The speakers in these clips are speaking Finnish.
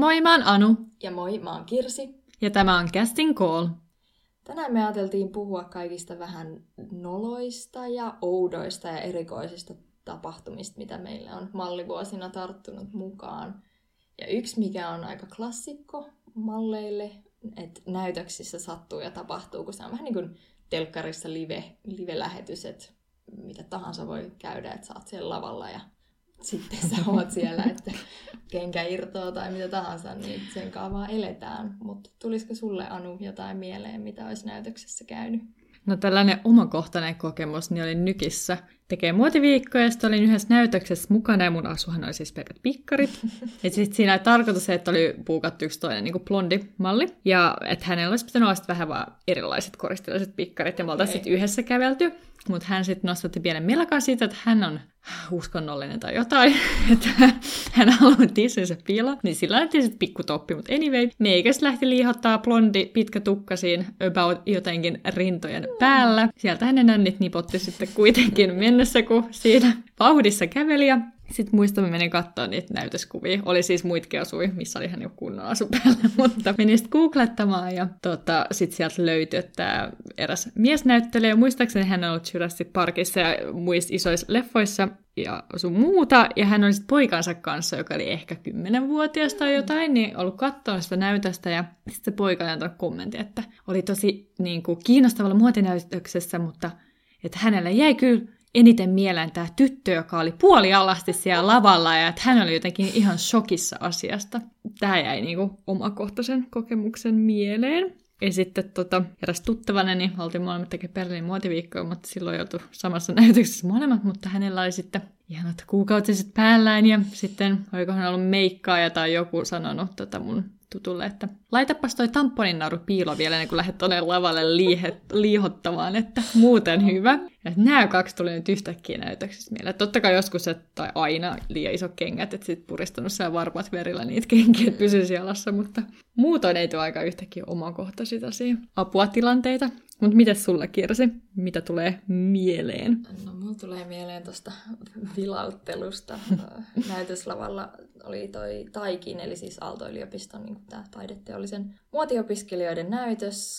Moi, mä oon Anu. Ja moi, mä oon Kirsi. Ja tämä on Casting Call. Tänään me ajateltiin puhua kaikista vähän noloista ja oudoista ja erikoisista tapahtumista, mitä meille on mallivuosina tarttunut mukaan. Ja yksi, mikä on aika klassikko malleille, että näytöksissä sattuu ja tapahtuu, kun se on vähän niin kuin telkkarissa live-lähetys, että mitä tahansa voi käydä, että sä oot siellä lavalla ja sitten sä oot siellä, että kenkä irtoaa tai mitä tahansa, niin sen kanssa vaan eletään. Mutta tulisiko sulle, Anu, jotain mieleen, mitä olisi näytöksessä käynyt? No tällainen omakohtainen kokemus, niin olin Nykissä tekee muotiviikkoja, ja sitten olin yhdessä näytöksessä mukana, ja mun asuhan oli siis pelkät pikkarit. Ja sitten siinä oli tarkoitus, että oli puukattu yksi toinen niin kuin blondi malli, ja että hänellä olisi pitänyt olla vähän vaan erilaiset koristilaiset pikkarit, ja me oltaisiin sitten yhdessä kävelty. Mutta hän sitten nostatti pienen melkan siitä, että hän on uskonnollinen tai jotain, että hän haluaa tissinsä piiloon. Niin sillä laitettiin sitten pikkutoppi, mutta anyway. Meikäs lähti liihottaa blondi pitkä tukkasiin about jotenkin rintojen päällä. Sieltä hänen nännit nipotti sitten kuitenkin mennessä, kun siinä vauhdissa käveli. Ja sitten muistamme menin katsoa niitä näytöskuvia. Oli siis muitakin asui, missä oli hän jo kunnon asu päällä, mutta menin sitten googlettamaan ja sitten sieltä löytyi, että eräs miesnäyttelijä, muistaakseni hän on ollut Jurassic Parkissa ja muissa isoissa leffoissa ja sun muuta, ja hän oli sitten poikansa kanssa, joka oli ehkä 10-vuotias tai jotain, niin ollut katsonut sitä näytöstä, ja sitten se poika oli antanut kommentin, että oli tosi niin kuin kiinnostavalla muotinäytöksessä, mutta että hänelle jäi kyllä eniten mieleen tämä tyttö, joka oli puolialasti siellä lavalla, ja että hän oli jotenkin ihan shokissa asiasta. Tämä jäi niinku omakohtaisen kokemuksen mieleen. Ja sitten eräs tuttavana, niin oltiin molemmat tekemään Berliinin muotiviikkoa, mutta silloin joutui samassa näytöksessä molemmat, mutta hänellä oli sitten ihanat kuukautiset päällään, ja sitten oikohan ollut meikkaaja tai joku sanonut mun tutulle, että laitapas toi tamponin nauru piilo vielä ennen kuin lähdet tuonne lavalle liihottamaan, että muuten hyvä. Ja nämä kaksi tuli nyt yhtäkkiä näytöksessä mieleen. Totta kai joskus, tai aina liian iso kengät, että sit puristanut siellä varmat verillä niitä kenkiä, että pysyisi jalassa, mutta muutoin ei tule aika yhtäkkiä omakohtaisia apua tilanteita. Mutta mitäs sulla, Kirsi? Mitä tulee mieleen? No, mulla tulee mieleen tuosta vilauttelusta. Näytöslavalla oli toi Taikin, eli siis Aalto-yliopiston niin tämä taideteollisen muotiopiskelijoiden näytös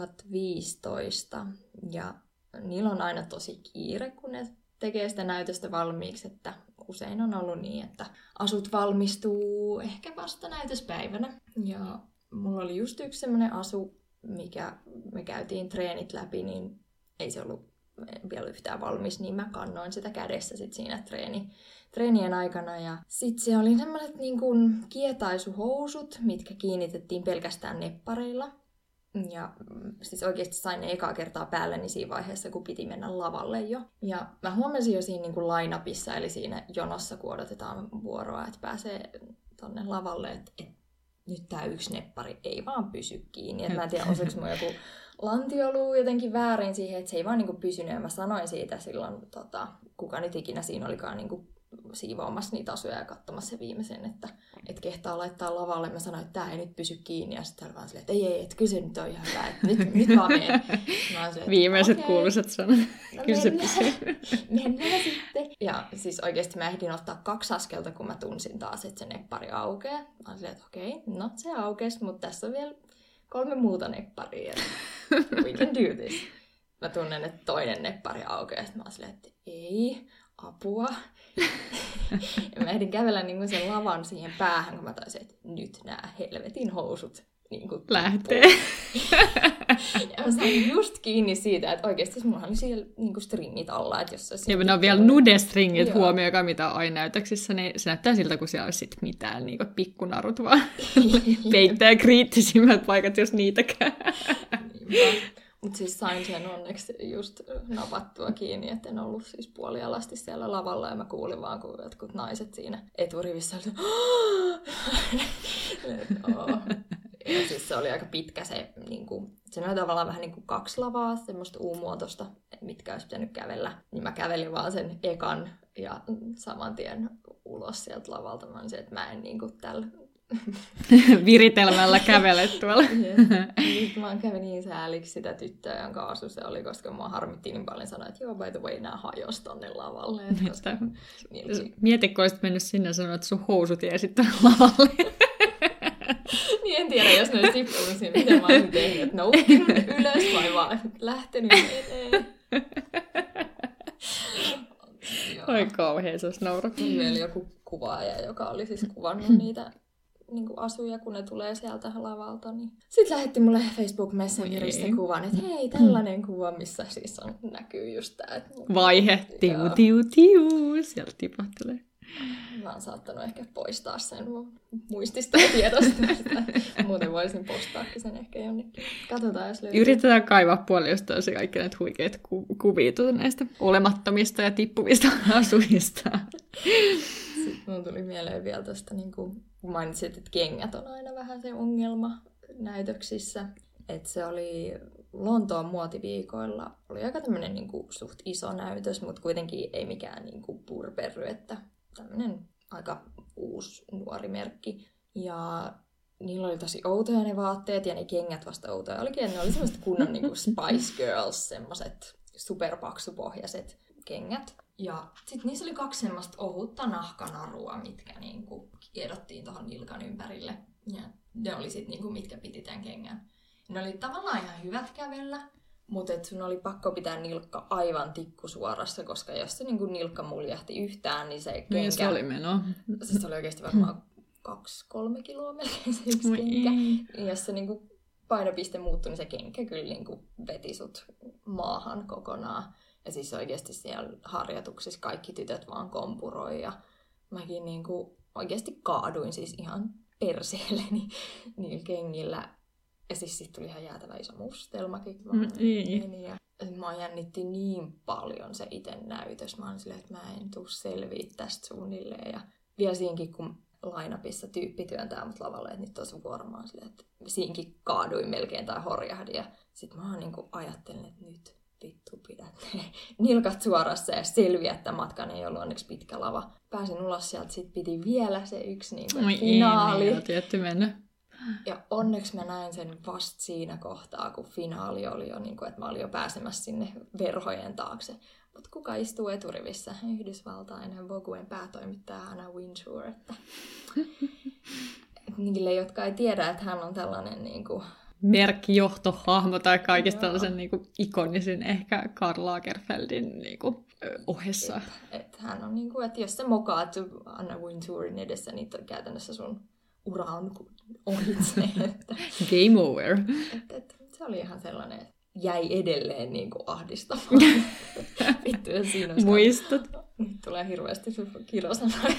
2015. Ja niillä on aina tosi kiire, kun ne tekee sitä näytöstä valmiiksi, että usein on ollut niin, että asut valmistuu ehkä vasta näytöspäivänä. Ja mulla oli just yksi semmoinen asu, mikä me käytiin treenit läpi, niin ei se ollut vielä yhtään valmis, niin mä kannoin sitä kädessä sit siinä treenien aikana. Ja sitten se oli sellaiset niin kuin kietaisuhousut, mitkä kiinnitettiin pelkästään neppareilla. Ja siis oikeasti sain ne ekaa kertaa päälle niin siinä vaiheessa, kun piti mennä lavalle jo. Ja mä huomasin jo siinä niin kuin line-upissa, eli siinä jonossa, kun odotetaan vuoroa, että pääsee tonne lavalle, että nyt tää yksi neppari ei vaan pysy kiinni. Et mä en tiedä, osuiko mun joku lantioluu jotenkin väärin siihen, että se ei vaan niinku pysynyt. Ja mä sanoin siitä silloin, kuka nyt ikinä siinä olikaan niinku siivoamassa niitä asuja ja katsomassa se viimeisen, että kehtaa laittaa lavalle. Mä sanoin, että tää ei nyt pysy kiinni. Ja sitten vaan silleen, että ei, että kyllä se nyt on ihan hyvä, että nyt vaan mene. Viimeiset kuuluisat sanat. Kyllä se pysyy. Mennään sitten. Ja siis oikeasti mä ehdin ottaa 2 askelta, kun mä tunsin taas, että se neppari aukeaa. Mä olin silleen, että okei, no se aukesi, mutta tässä on vielä 3 muuta nepparia. We can do this. Mä tunnen, että toinen neppari aukeaa. Mä olin silleen, että ei, apua. Ja mä ehdin kävellä niin kuin sen lavan siihen päähän, kun mä taisin, että nyt nämä helvetin housut niin kuin lähtee. Ja mä sain just kiinni siitä, että oikeasti mulla oli siellä niin kuin stringit alla. Että jos ja ne on vielä nude-stringit huomioikaan, mitä on aina näytöksissä, niin se näyttää siltä, kun siellä olisi sit mitään niin kuin pikkunarut, vaan peittää kriittisimmät paikat, jos niitäkään. Mutta siis sain sen onneksi just napattua kiinni, että en ollut siis puolialasti siellä lavalla, ja mä kuulin vaan, kun jotkut naiset siinä eturivissä ja siis se oli aika pitkä se, se oli tavallaan vähän niin kuin 2 lavaa, semmoista U-muotoista, mitkä olisi pitänyt kävellä. Niin mä kävelin vaan sen ekan ja saman tien ulos sieltä lavalta. Mä olin se, että mä en niin kuin tällä viritelmällä kävelet tuolla. Nyt mä kävin niin sääliksi sitä tyttöä, jonka asu se oli, koska mua harmitti niin paljon sanoa, että joo, by the way, nää hajosi tonne lavalle. Koska, mieti, kun olisit mennyt sinne ja sanoa, että sun housut jäi sitten lavalle. En tiedä, jos ne olisi tippunut siinä, mitä mä olisin tehnyt. Että noukkinut ylös vai vaan lähtenyt eteen. Oi kauhean, se olisi naurattu. Meillä oli joku kuvaaja, joka oli siis kuvannut niitä niin kuin asuja, kun ne tulee sieltä lavalta. Niin. Sitten lähetti mulle Facebook Messengeristä kuvan, että hei, tällainen kuva, missä siis näkyy just tää. Vaihe, tiu, sieltä tipahtelee. Mä oon saattanut ehkä poistaa sen mun muistista ja tiedosta. Muuten voisin postaakin sen ehkä jonnekin. Katsotaan, jos löytyy. Yritetään kaivaa puolestaan se kaikki näitä huikeat kuvia näistä olemattomista ja tippuvista asuista. Sitten mun tuli mieleen vielä tuosta, niin kun mainitsit, että kengät on aina vähän se ongelma näytöksissä. Että se oli Lontoon muotiviikoilla, oli aika tämmöinen niin kuin suht iso näytös, mutta kuitenkin ei mikään niin kuin purperry, että tämmöinen aika uusi nuori merkki. Ja niillä oli tosi outoja ne vaatteet ja ne kengät vasta outoja olikin. Ne oli semmoiset kunnon niin kuin Spice Girls, semmoiset superpaksupohjaiset kengät. Ja sitten niissä oli 2 semmoista ohutta nahkanarua, mitkä niin kuin kiedottiin tuohon nilkan ympärille. Ja ne oli sitten niin kuin mitkä piti tämän kengän. Ne oli tavallaan ihan hyvät kävellä, mutta sun oli pakko pitää nilkka aivan tikkusuorassa, koska jos se niin nilkka muljahti yhtään, niin se kenkä... Niin se oli meno. Siis se oli oikeasti varmaan 2-3 kiloa melkein se yksi kenkä. Ja jos se niin painopiste muuttui, niin se kenkä kyllä niin veti sut maahan kokonaan. Ja siis oikeasti siellä harjoituksissa kaikki tytöt vaan kompuroi. Ja mäkin niin oikeasti kaaduin siis ihan perseelleni niillä kengillä. Ja siis sit tuli ihan jäätävä iso mustelmakin. Ja mua jännitti niin paljon se itse näytös. Mä olin silleen, että mä en tuu selviä tästä suunnilleen. Ja vielä siinkin, kun line-upissa tyyppi työntää mut lavalle, että nyt olisi vuoromaan silleen, että siinkin kaaduin melkein tai horjahdin. Ja sit mä niinku ajattelin, että nyt vittu pidät ne nilkat suorassa ja selviä, että matkan ei ollut onneksi pitkä lava. Pääsin ulos sieltä, sit piti vielä se yksi niinku finaali. Ei tietty mennä. Ja onneksi mä näin sen vasta siinä kohtaa, kun finaali oli jo, niin kuin, että mä olin jo pääsemässä sinne verhojen taakse. Mutta kuka istuu eturivissä? Yhdysvaltainen Voguen päätoimittaja Anna Wintour. Että niille, jotka ei tiedä, että hän on tällainen... Niin kuin... merkkijohtohahmo tai kaikista tällaisen niin kuin ikonisin ehkä Karl Lagerfeldin niin kuin, ohessa. Et hän on niin kuin, että jos sä mokaat Anna Wintourin edessä, niin käytännössä sun ura on ohitse. Game over. Se oli ihan sellainen, että jäi edelleen niin kuin ahdistamaan. Vittu, ja siinä muistat. Nyt tulee hirveästi kirosanoja.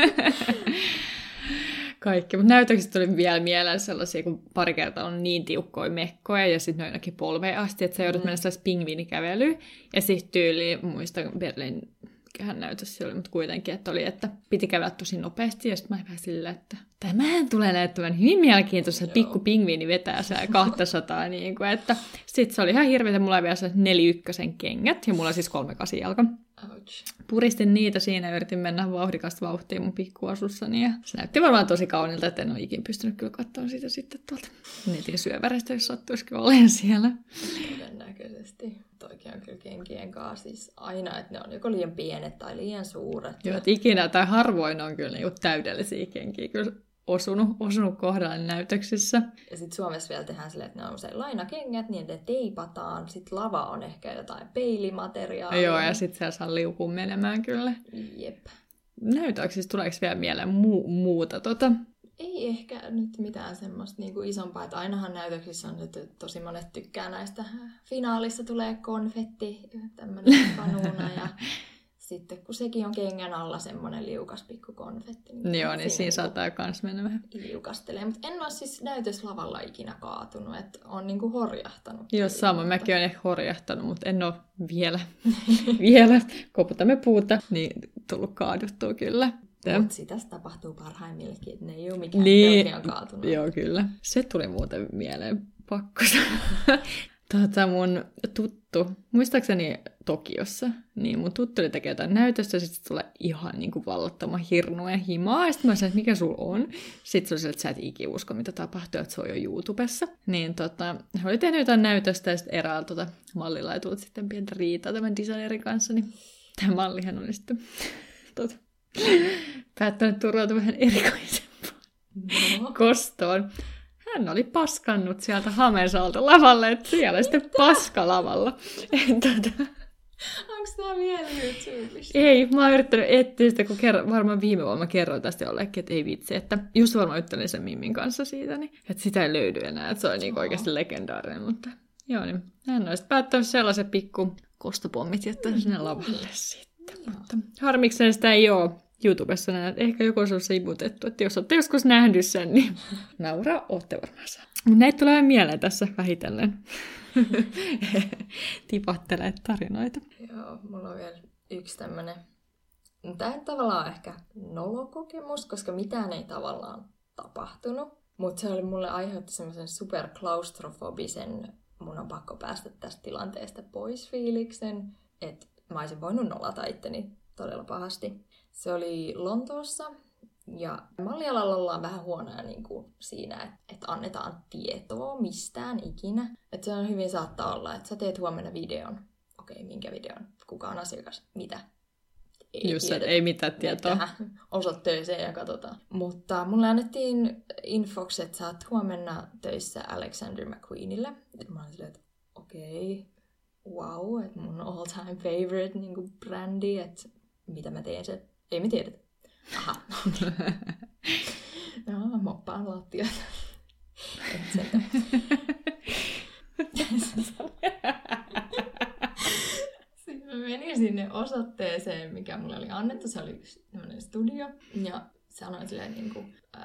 Kaikki, mutta näytöksistä tuli vielä mieleen sellaisia, kun pari kertaa on niin tiukkoja mekkoja ja sitten ne ainakin polveen asti, että sä joudut mennä sellaista pingviinikävelyyn. Ja sitten tyyliin, muistan Berliin mikähän näytös siellä oli, mutta kuitenkin, että oli, että piti käydä tosi nopeasti, ja sitten mä olin sillä, että tämähän tulee näyttämään hyvin mielenkiintoista, että pikku pingviini vetää siellä 200, niin kuin, että sitten se oli ihan hirveätä, mulla oli vielä se 4-1 kengät, ja mulla oli siis 3-8 jalka. Ouch. Puristin niitä siinä ja yritin mennä vauhdikasta vauhtiin mun pikkuasussani, ja se näytti varmaan tosi kaunilta, että en ole ikinä pystynyt kyllä katsomaan sitä sitten tuolta netin syöväreistä, jos sattuisikin olemaan siellä. Todennäköisesti. Toikin on kyllä kenkien kanssa siis aina, että ne on joko liian pienet tai liian suuret. Joo, että ikinä tai harvoin on kyllä niinku täydellisiä kenkiä kyllä osunut kohdalle näytöksissä. Ja sitten Suomessa vielä tehdään silleen, että ne on usein lainakengät, niin ne teipataan. Sitten lava on ehkä jotain peilimateriaalia. Joo, ja sitten siellä saa liukuun menemään kyllä. Jep. Näytöksissä tuleeko vielä mieleen muuta Ei ehkä nyt mitään semmoista niinku isompaa, että ainahan näytöksissä on, että tosi monet tykkää näistä. Finaalissa tulee konfetti, tämmöinen kanuuna, ja sitten kun sekin on kengän alla semmoinen liukas pikku konfetti. Niin joo, niin siinä saattaa kans mennä vähän. Liukastelee, mutta en ole siis näytöslavalla ikinä kaatunut, että on niinku horjahtanut. Joo, sama. Mäkin olen ehkä horjahtanut, mutta en ole vielä koputamme puuta, niin tullut kaaduttua kyllä. Mutta sitä tapahtuu parhaimmillekin, että ne ei ole mikään telkki on kaatunut. Joo, kyllä. Se tuli muuten mieleen pakko. Mun tuttu, muistaakseni Tokiossa, niin mun tuttu oli tekee jotain näytöstä, ja sitten tulee ihan niin kuin vallattoman hirnu ja himaa, ja sitten mä sanoin, että mikä sulla on? Sitten se oli se, että sä et ikinä usko, mitä tapahtuu, että se on jo YouTubessa. Niin hän oli tehnyt jotain näytöstä, ja sitten eräällä mallilla ei tullut sitten pientä riitaa tämän designerin kanssa, niin tämä mallihan oli sitten päättänyt turvautua vähän erikoisempaan kostoon. hän oli paskannut sieltä Hamesalta lavalle, että siellä sitten paska lavalla. Onko tämä vielä YouTubessa? Ei, mä oon yrittänyt etsiä sitä, kun varmaan viime vuonna mä kerroin tästä jollekin, että ei vitsi, että just varmaan juttelin sen Mimmin kanssa siitä, niin, että sitä ei löydy enää, että se on niin oikeasti legendaarinen, mutta joo, niin hän olisi päättänyt sellaisen pikku kostopommit jättää sinne lavalle sitten, mutta harmikseen sitä ei ole YouTubessa näin, että ehkä joku on se imutettu, että jos olette joskus nähnyt sen, niin nauraa, ootte varmaan saa. Mutta näitä tulee mieleen tässä vähitellen. Tipattelee tarinoita. Joo, mulla on vielä yksi tämmönen. Tämä ei tavallaan ole ehkä nolokokemus, koska mitään ei tavallaan tapahtunut. Mutta se oli mulle aiheutti semmoisen superklaustrofobisen, mun on pakko päästä tästä tilanteesta pois fiiliksen, että mä olisin voinut nolata itteni todella pahasti. Se oli Lontoossa. Ja mallialalla ollaan vähän huonoja niin kuin siinä, että annetaan tietoa mistään ikinä. Että se on hyvin saattaa olla, että sä teet huomenna videon. Okei, minkä videon? Kuka on asiakas? Mitä? Ei mitään tietoa. Tähän osoitteeseen ja katsotaan. Mutta mulle annettiin infoksi, että sä oot huomenna töissä Alexander McQueenille. Mä olin silleen, että okei, wow, että mun all time favorite niin kuin brändi, että mitä mä teen sen. Ei me tiedetä. Aha. No, moppaan lattiat. Sitten mä menin sinne osoitteeseen, mikä mulle oli annettu. Se oli tämmöinen studio. Ja sanoin silleen niinku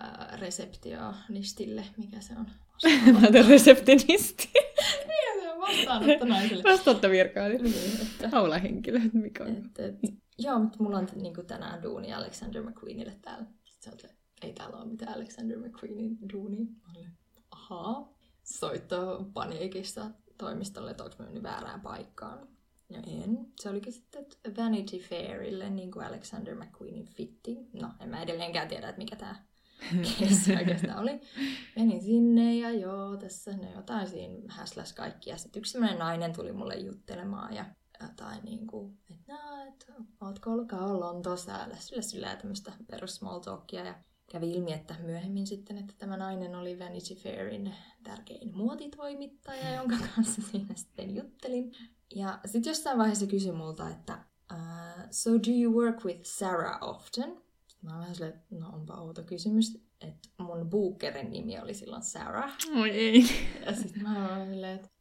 reseptionistille, mikä se on. Mä oon reseptionisti. Niin, se on vastaanottonaiselle. Vastaanottovirkailija. Haulahenkilö, mikä on. Joo, mutta mulla on niinku tänään duuni Alexander McQueenille täällä. Sitten sä oot, ei täällä ole mitään Alexander McQueenin duunia. Mä olin, ahaa. Soitto paniikissa toimistolle, että onko mä mennyt väärään paikkaan. Ja en. Se olikin sitten Vanity Fairille, niin kuin Alexander McQueenin fitting. No, en mä edelleenkään tiedä, että mikä tää keissi oikeastaan oli. Menin sinne ja joo, tässä ne jotain siinä häsläs kaikki. Ja sitten yksi sellainen nainen tuli mulle juttelemaan ja jotain niinku, että ootko ollut kauan Lontoossa ja tämmöistä perus small talkia. Ja kävi ilmi, että myöhemmin sitten, että tämä nainen oli Vanity Fairin tärkein muotitoimittaja, jonka kanssa siinä sitten juttelin. Ja sitten jossain vaiheessa kysyi multa, että so do you work with Sarah often? Mä olen vähän silleen, että no onpa outo kysymys, että mun bookerin nimi oli silloin Sarah. Oi ei. Ja sitten mä olen silleen, että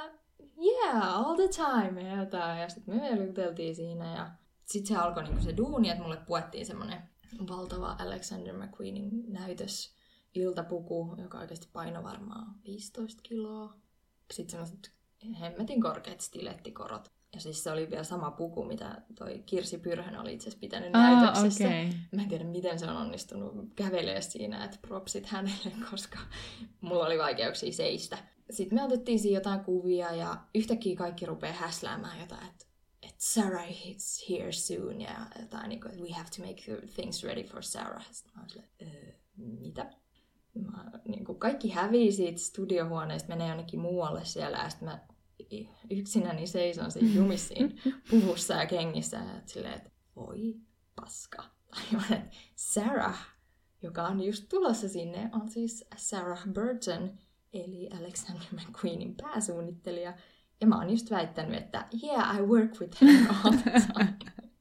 yeah, all the time. Ja sitten me vielä juteltiin siinä ja sitten se alkoi niinku se duuni, että mulle puettiin semmonen valtava Alexander McQueenin näytös iltapuku, joka oikeasti painoi varmaan 15 kiloa. Sitten semmoiset hemmetin korkeat stilettikorot. Ja siis se oli vielä sama puku, mitä toi Kirsi Pyrhön oli itse asiassa pitänyt näytöksessä. Okay. Mä en tiedä, miten se on onnistunut kävelee siinä, että propsit hänelle, koska mulla oli vaikeuksia seistä. Sitten me otettiin siinä jotain kuvia ja yhtäkkiä kaikki rupeaa häsläämään jotain, että Sarah is here soon ja jotain niin kuin, we have to make things ready for Sarah. Sitten mä olin silleen, mitä? Niin kuin kaikki hävii siitä studiohuoneesta, menee jonnekin muualle siellä ja sitten mä yksinäni seison siinä jumissiin puvussa ja kengissä ja silleen, että voi paska. Aivan, että Sarah, joka on just tulossa sinne, on siis Sarah Burton, eli Alexander McQueenin pääsuunnittelija. Ja mä oon just väittänyt, että yeah, I work with her all the time.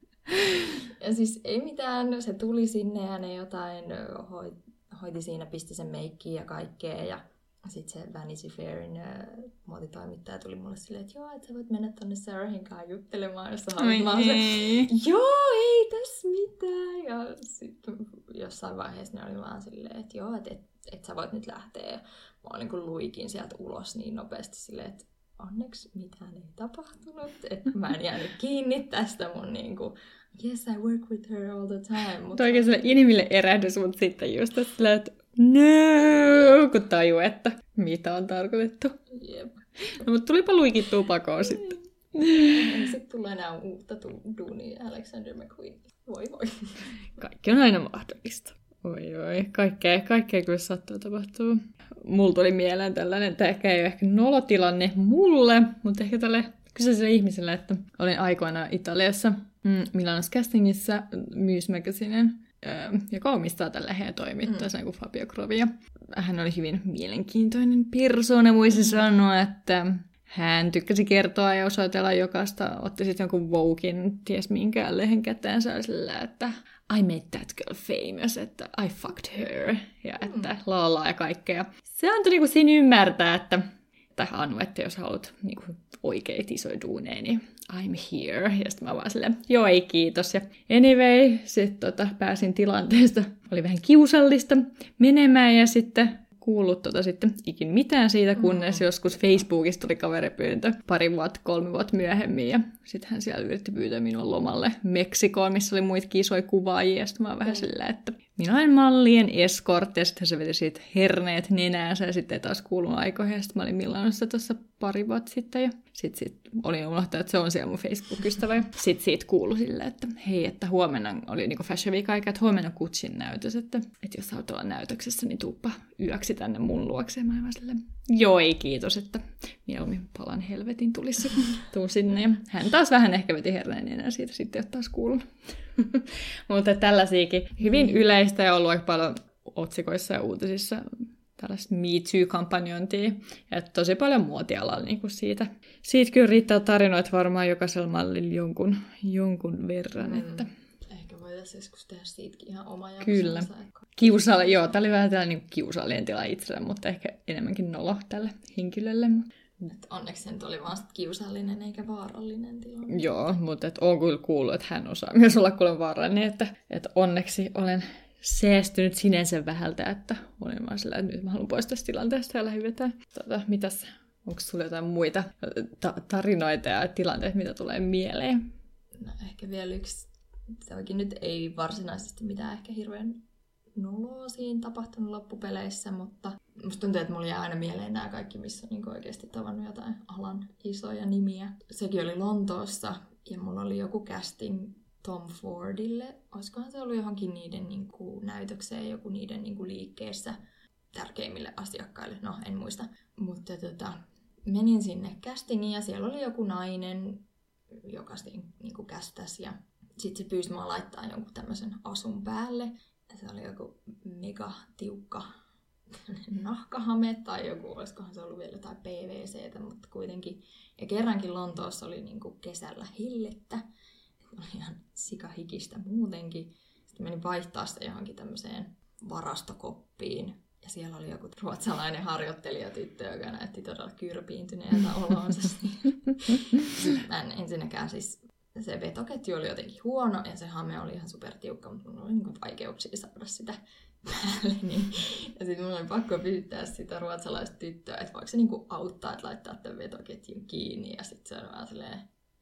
Ja siis ei mitään, se tuli sinne ja ne jotain hoiti siinä, pisti sen meikkiin ja kaikkea. Ja sitten se Vanity Fairin muotitoimittaja tuli mulle silleen, että joo, että sä voit mennä tonne Sarahin kanssa juttelemaan, jos sä haluat. Mä se, joo, ei tässä mitään. Ja sitten jossain vaiheessa ne oli vaan silleen, että joo, että sä voit nyt lähteä. Ja mä olin kun luikin sieltä ulos niin nopeasti silleen, että onneksi mitään ei tapahtunut. Että mä en jäänyt kiinni tästä mun niinku, yes, I work with her all the time. Mutta oikein sille inhimillinen erähdys, mutta sitten just että no, kun tajuu, että mitä on tarkoitettu. Jep. No, mutta tulipa luikittua pakoon sitten. Ei sitten tule enää uutta duunia Alexander McQueen. Voi. Kaikki on aina mahdollista. Oi. Kaikkea kyllä saattaa tapahtua. Mulla tuli mieleen tällainen, että ehkä ei ole ehkä nolotilanne mulle, mutta ehkä tälle kyseiselle ihmiselle, että olin aikoinaan Italiassa Milanos Castingissa Muse Magazinen joka omistaa tämän lehden toimittajana kuin Fabio Grovi. Hän oli hyvin mielenkiintoinen persoona, voisi sanoa, että hän tykkäsi kertoa ja osoitella jokaista, otti sitten jonkun Voguein, ties minkään lehen käteen, se oli sillä, että I made that girl famous, että I fucked her, ja että la ja kaikkea. Se antoi niinku siinä ymmärtää, että Anu, että jos haluat niinku oikeita isoja duuneja, niin I'm here. Ja sitten mä vaan silleen, joo ei kiitos. Ja anyway, sitten pääsin tilanteesta, oli vähän kiusallista menemään ja sitten kuullut sitten ikin mitään siitä, kunnes joskus Facebookista tuli kaveripyyntö 3 vuotta myöhemmin. Ja sitten hän siellä yritti pyytää minua lomalle Meksikoon, missä oli muita kisoja kuvaajia. Ja sitten mä oon vähän silleen, että minä olen mallien eskortti. Ja sitten se veti siitä herneet nenäänsä ja sitten ei taas kuulunut aikoihin. Ja sitten mä olin Milanossa tuossa 2 vuotta sitten. Ja sitten olin unohtanut, että se on siellä mun Facebook-ystävä. Ja sitten siitä kuului silleen, että hei, että huomenna oli niinku Fashion Week aika, että huomenna Gucciin näytös. Että jos haluat olla näytöksessä, niin tuuppa yöksi tänne mun luokse. Ja mä olin silleen, joo ei kiitos, että mieluummin palan helvetin tulisi, kun tuun sinne. Ja hän taas vähän ehkä veti herneen enää siitä, sitten ei ole taas kuulunut. Mutta tällaisiakin hyvin yleistä ja ollut aika paljon otsikoissa ja uutisissa tällaista Me Too-kampanjointia. Ja tosi paljon muotialalla niin kuin siitä. Siitä kyllä riittää tarinoita varmaan jokaisella mallilla jonkun verran. Että ehkä voitaisiin joskus tehdä siitäkin ihan oma jakso. Kyllä. Joo, tämä oli vähän tällainen niin kiusallinen tila itsellä, mutta ehkä enemmänkin nolo tälle henkilölle. Et onneksi se nyt oli vaan kiusallinen eikä vaarallinen tilanne. Joo, mutta olen kyllä kuullut, että hän osaa myös olla kuulen vaarallinen, että onneksi olen säästynyt sinänsä vähältä, että olin vaan sillä, että nyt mä haluan pois tästä tilanteesta ja lähdin vetää. Mitäs, onko sulla jotain muita tarinoita ja tilanteita, mitä tulee mieleen? No ehkä vielä yksi, tämäkin nyt ei varsinaisesti mitään ehkä hirveän noloa siinä tapahtunut loppupeleissä, mutta musta tuntuu, että mulla jää aina mieleen nämä kaikki, missä on niin oikeasti tavannut jotain alan isoja nimiä. Sekin oli Lontoossa ja mulla oli joku casting Tom Fordille. Olisikohan se ollut johonkin niiden niin kuin näytökseen, joku niiden niin kuin liikkeessä tärkeimmille asiakkaille. No, en muista. Mutta menin sinne castingiin ja siellä oli joku nainen, joka niin kuin kästäsi ja sitten se pyysi mua laittaa jonkun tämmöisen asun päälle. Se oli joku mega tiukka nahkahame tai joku, olisikohan se ollut vielä jotain PVCtä, mutta kuitenkin. Ja kerrankin Lontoossa oli niinku kesällä hillettä. Oli ihan sikahikistä muutenkin. Sitten menin vaihtaa sitä johonkin tämmöiseen varastokoppiin. Ja siellä oli joku ruotsalainen harjoittelijatyttö, joka näytti todella kyrpiintyneeltä olonsa. Mä en ensinnäkään siis se vetoketju oli jotenkin huono ja se hame oli ihan supertiukka, mutta mulla oli niinku vaikeuksia saada sitä päälle. Niin. Ja sitten mulla oli pakko pyytää sitä ruotsalaista tyttöä, että voiko se niinku auttaa, että laittaa tämän vetoketjun kiinni. Ja sitten se oli vaan silleen,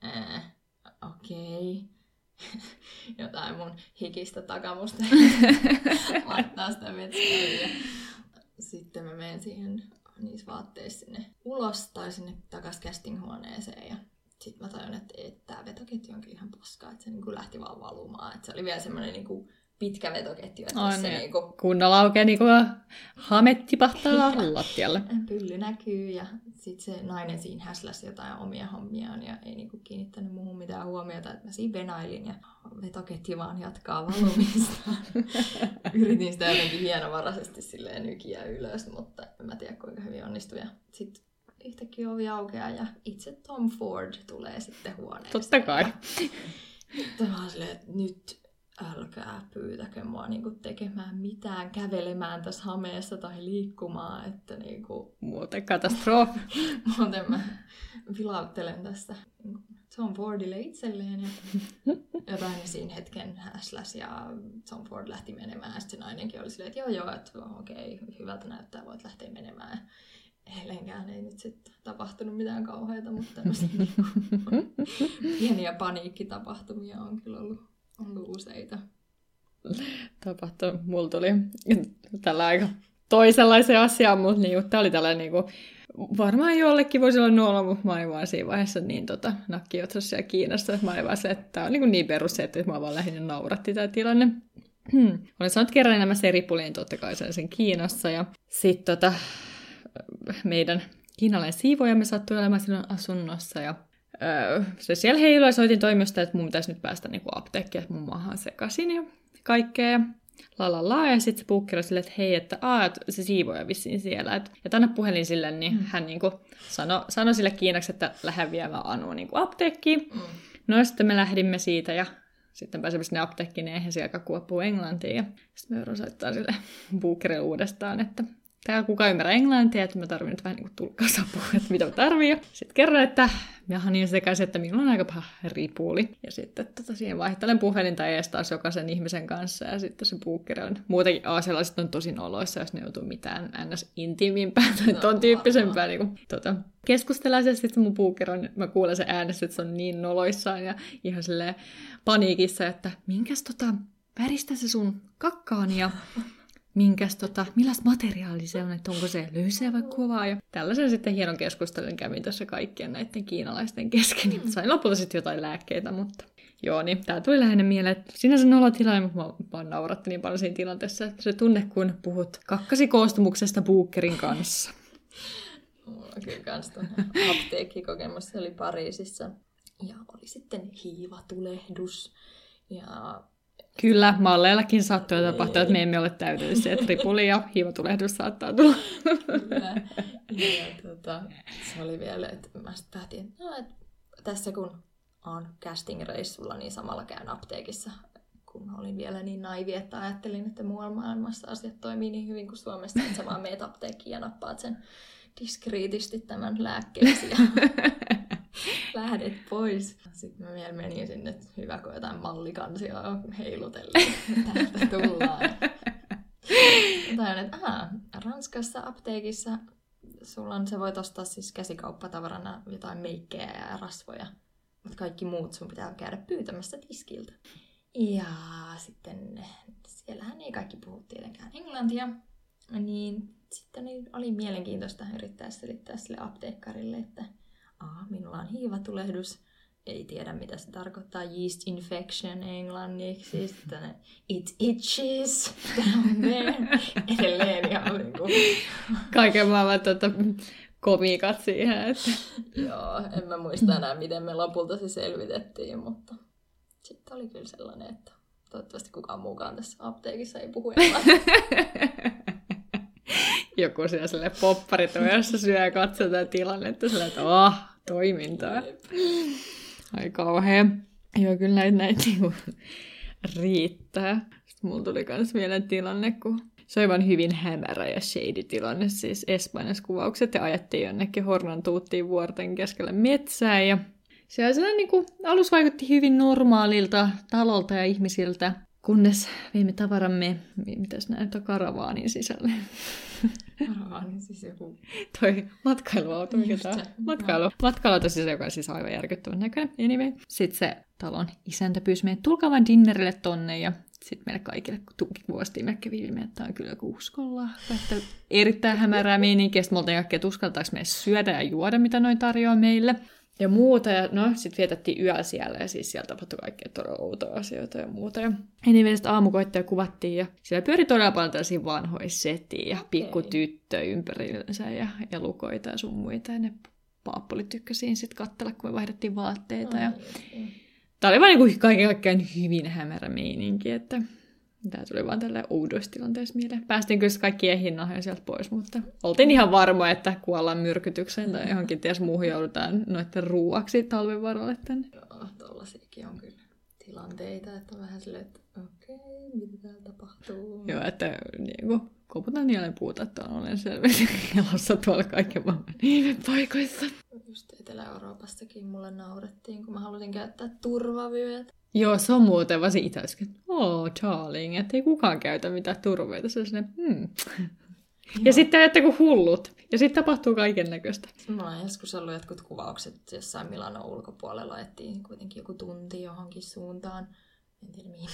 okei. Jotain mun hikistä takamusta laittaa sitä vetoketjua. Ja sitten mä menen siihen niissä vaatteissa sinne ulos tai sinne takas casting-huoneeseen ja sitten mä tajun, että tämä vetoketju onkin ihan paskaa, että se niinku lähti vaan valumaan. Että se oli vielä semmoinen niinku pitkä vetoketju. Että se niinku kunnolla aukeaa niinku hame tipahtaa lattialle. Pylly näkyy ja sitten se nainen siinä häsläsi jotain omia hommiaan ja ei niinku kiinnittänyt muuhun mitään huomiota. Että mä siinä venailin ja vetoketju vaan jatkaa valumista. Yritin sitä jotenkin hienovaraisesti silleen nykiä ylös, mutta en mä tiedä kuinka hyvin onnistui. Sitten yhtäkkiä ovi aukeaa ja itse Tom Ford tulee sitten huoneeseen. Totta kai. Tämä silleen, että nyt älkää pyytäkö mua niinku tekemään mitään, kävelemään tässä hameessa tai liikkumaan. Että niinku muuten katastrofi. Muuten mä vilauttelen tästä Tom Fordille itselleen. Ja jotain siinä hetken häsläs ja Tom Ford lähti menemään. Ja sitten se nainenkin oli silleen, että joo, että okei, hyvältä näyttää, voit lähteä menemään. Edelleenkään ei nyt sitten tapahtunut mitään kauheita, mutta tämmöisiä pieniä paniikkitapahtumia on kyllä ollut useita. Mulla tuli tällä aika toisenlaisen asiaan, mutta tämä oli tällainen varmaan jollekin voisi olla nolla, mutta mä olin vaan siinä vaiheessa niin nakkiotsassa siellä Kiinassa, että mä olin vaan se, että tämä on niin perus, että mä vaan lähinnä nauratti tämä tilanne. Olen sanonut kerran enemmän seripuliin totta kai sen Kiinassa ja sitten meidän kiinalainen siivoajamme sattui olemaan silloin asunnossa ja se siellä heilui ja soitin toimistosta, että mun pitäisi nyt päästä apteekkiin, että mun maahan sekaisin ja kaikkea ja ja sitten se puukkeri silleen, että hei, että se siivoja vissiin siellä. Ja tänne puhelin sille, niin hän niinku sanoi sille Kiinaksi, että lähden viemään Anua niinku apteekkiin. No sitten me lähdimme siitä ja sitten pääsimme sinne apteekkiin, eihän siellä kuopuu englantia. Ja sitten me joudun soittaa sille puukkerille uudestaan, että täällä kukaan ymmärrä englantia, että mä tarvitsen nyt vähän niin kuin tulkkausapua, että mitä mä tarvitsen. Sitten kerron, että mä oon niin sekaisin, että minulla on aika paha ripuli. Ja sitten siihen vaihtelen puhelinta ees taas jokaisen ihmisen kanssa. Ja sitten se puukkeri on muutenkin sellaiset on tosi noloissa, jos ne joutuu mitään ns. Intiimimpää tai ton tyyppisempää niin keskustellaan. Ja sitten mun puukkeri on, mä kuulen sen äänestä, että se on niin noloissaan ja ihan silleen paniikissa, että minkäs väristä se sun kakkaani ja millaista materiaalia se on, että onko se löysää vai kovaa. Ja tällaisen sitten hienon keskustelun kävin tässä kaikkien näiden kiinalaisten kesken. Niin sain lopulta sitten jotain lääkkeitä, mutta joo, niin tää tuli lähinnä mieleen, että sinänsä nolla tilanne, mutta mä vaan nauratti niin paljon siinä tilanteessa, että se tunne, kun puhut kakkasikoostumuksesta puukkerin kanssa. Mulla on kyllä kans apteekkikokemus, se oli Pariisissa. Ja oli sitten hiivatulehdus. Ja kyllä, malleillakin sattuu tapahtua, että me emme ole täydellisiä, että ripuli ja hiivatulehdus saattaa tulla. Kyllä. Ja se oli vielä, että mä sitten päätin, että tässä kun on casting-reissulla, niin samalla käyn apteekissa, kun olin vielä niin naivi, että ajattelin, että muualla maailmassa asiat toimii niin hyvin kuin Suomessa, että sä vaan meet apteekkiin ja nappaat sen diskriitisti tämän lääkkeesi ja lähdet pois. Sitten mä vielä menin sinne, että hyvä kun jotain mallikansia heilutellen. Täältä tullaan. Tajuin, että Ranskassa apteekissa sä voit ostaa siis käsikauppatavarana jotain meikkejä ja rasvoja. Mutta kaikki muut sun pitää käydä pyytämässä tiskiltä. Ja sitten siellähän ei kaikki puhu tietenkään englantia. Niin sitten oli mielenkiintoista yrittää selittää sille apteekkarille, että minulla on hiivatulehdus. Ei tiedä, mitä se tarkoittaa. Yeast infection englanniksi. Sitten it itches down there. Edelleen ihan niin kuin kaiken maailman komiikat siihen. Että joo, en mä muista enää, miten me lopulta se selvitettiin, mutta sitten oli kyllä sellainen, että toivottavasti kukaan muukaan tässä apteekissa ei puhu englantia. Joku siellä silleen popparitoijassa syö ja katsoo tätä tilannetta silleen, että toimintaa. Ai kauhea. Joo, kyllä näitä niinku riittää. Sitten mulla tuli kans mieleen tilanne, kun se oli vaan hyvin hämärä ja shady tilanne. Siis Espanjassa kuvaukset ja ajettiin jonnekin Hornantuuttiin vuorten keskellä metsää. Ja siellä niinku alus vaikutti hyvin normaalilta talolta ja ihmisiltä, kunnes veimme tavaramme, mitäs näitä, karavaanin sisälle. Karavaanin siis joku toi matkailuauto, mikä tää on? Matkailuauto siis, joka on siis aivan järkyttävän näköinen. Anyway. Sitten se talon isäntä pyysi meidät tulkaa vaan dinnerille tonne ja sitten meille kaikille tukivuostiin me kävi ilmi, että tämä on kyllä joku uskolla. Että erittäin hämärää meininkiä. Sitten me oltiin kaikkea, että uskaltaako meidän syödä ja juoda, mitä noin tarjoaa meille. Ja muuta, ja no, sitten vietettiin yö siellä, ja siis siellä tapahtui kaikkea todella outoja asioita ja muuta. Ja anyway, sitten aamukoitteja kuvattiin, ja siellä pyöri todella paljon tällaisia vanhoja setiä, ja pikkutyttöjä ympärillänsä, ja elukoita ja sun muita, ja ne paappulit tykkäsiin sitten katsella, kun me vaihdettiin vaatteita. Ja tämä oli vaan niin kaiken kaikkiaan hyvin hämärä meininki, että tämä tuli vaan tällä oudoissa tilanteessa mieleen. Päästiin kyllä kaikkien hinnoihin sieltä pois, mutta oltiin ihan varmoja, että kuollaan myrkytykseen tai johonkin ties muuhun joudutaan noiden ruuaksi talven varalle tänne. Joo, tollasiakin on kyllä tilanteita, että on vähän silleen, että okei, mitä täällä tapahtuu? Joo, että niin koputan niille puuta, että olen selvästi elossa tuolla kaiken maailman paikoissa. Just Etelä-Euroopassakin mulle naurettiin, kun mä halusin käyttää turvavyöt. Joo, se on muuten vaan se itäiskin, että darling, että ei kukaan käytä mitään turveita. Se on sinne, Ja sitten ajatte kuin hullut. Ja sitten tapahtuu kaiken näköistä. Mulla on joskus ollut jotkut kuvaukset jossain Milanon ulkopuolella. Ajettiin kuitenkin joku tunti johonkin suuntaan. En tiedä mihin.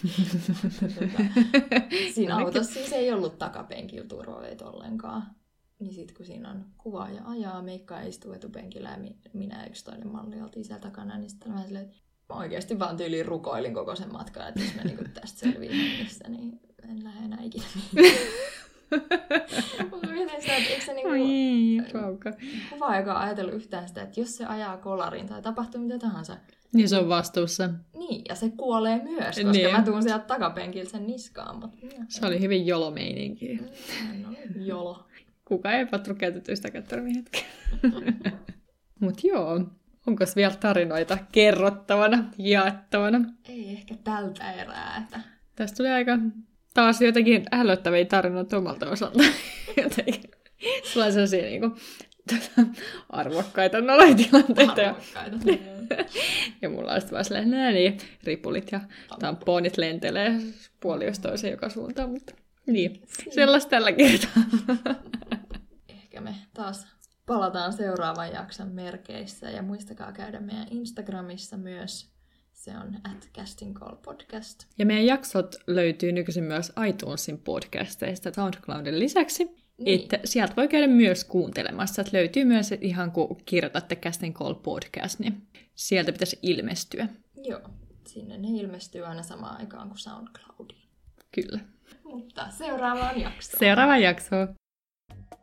Siinä autossa siis ei ollut takapenkillä turvavyöt ollenkaan. Niin sit kun siinä on kuvaaja ajaa, meikkaa istuu etupenkillä ja minä yksi toinen malli oltiin siellä takana, niin sitten vähän silleen, mä oikeasti vaan tyyliin rukoilin koko sen matkan, että jos mä niinku tästä selviin hengissä, niin en lähde enää ikinä mihinkään. Mutta miten sitä että eikö se niinku kuva, joka on ajatellut yhtään sitä, että jos se ajaa kolariin tai tapahtuu mitä tahansa. Niin se on vastuussa. Niin, ja se kuolee myös, koska niin. Mä tuun sieltä takapenkiltä sen niskaan. Mutta se oli hyvin jolo-meininkiä. No, jolo. Kuka ei patru käytetyistä termihetkeä. Mut joo, onko vielä tarinoita kerrottavana, jaettavana? Ei ehkä tältä erää. Että... Tästä tuli aika taas jotenkin ällöttäviä tarinoita omalta osalta. Jotenkin. Sulla on sellaisia niinku, arvokkaita noloitilanteita. Ja mulla on sitten vaan silleen, niin, ripulit ja tamponit lentelee puoli jos toiseen joka suuntaan. Mutta niin, sellaista tällä kertaa. Ehkä me taas palataan seuraavan jakson merkeissä. Ja muistakaa käydä meidän Instagramissa myös. Se on @castingcallpodcast. Ja meidän jaksot löytyy nykyisin myös iTunesin podcasteista SoundCloudin lisäksi. Niin. Että sieltä voi käydä myös kuuntelemassa. Että löytyy myös ihan kun kirjoitatte Casting Call Podcast, niin sieltä pitäisi ilmestyä. Joo, sinne ne ilmestyy aina samaan aikaan kuin SoundCloudiin. Kyllä. Mutta seuraavaan jaksoon. Seuraavaan jaksoon.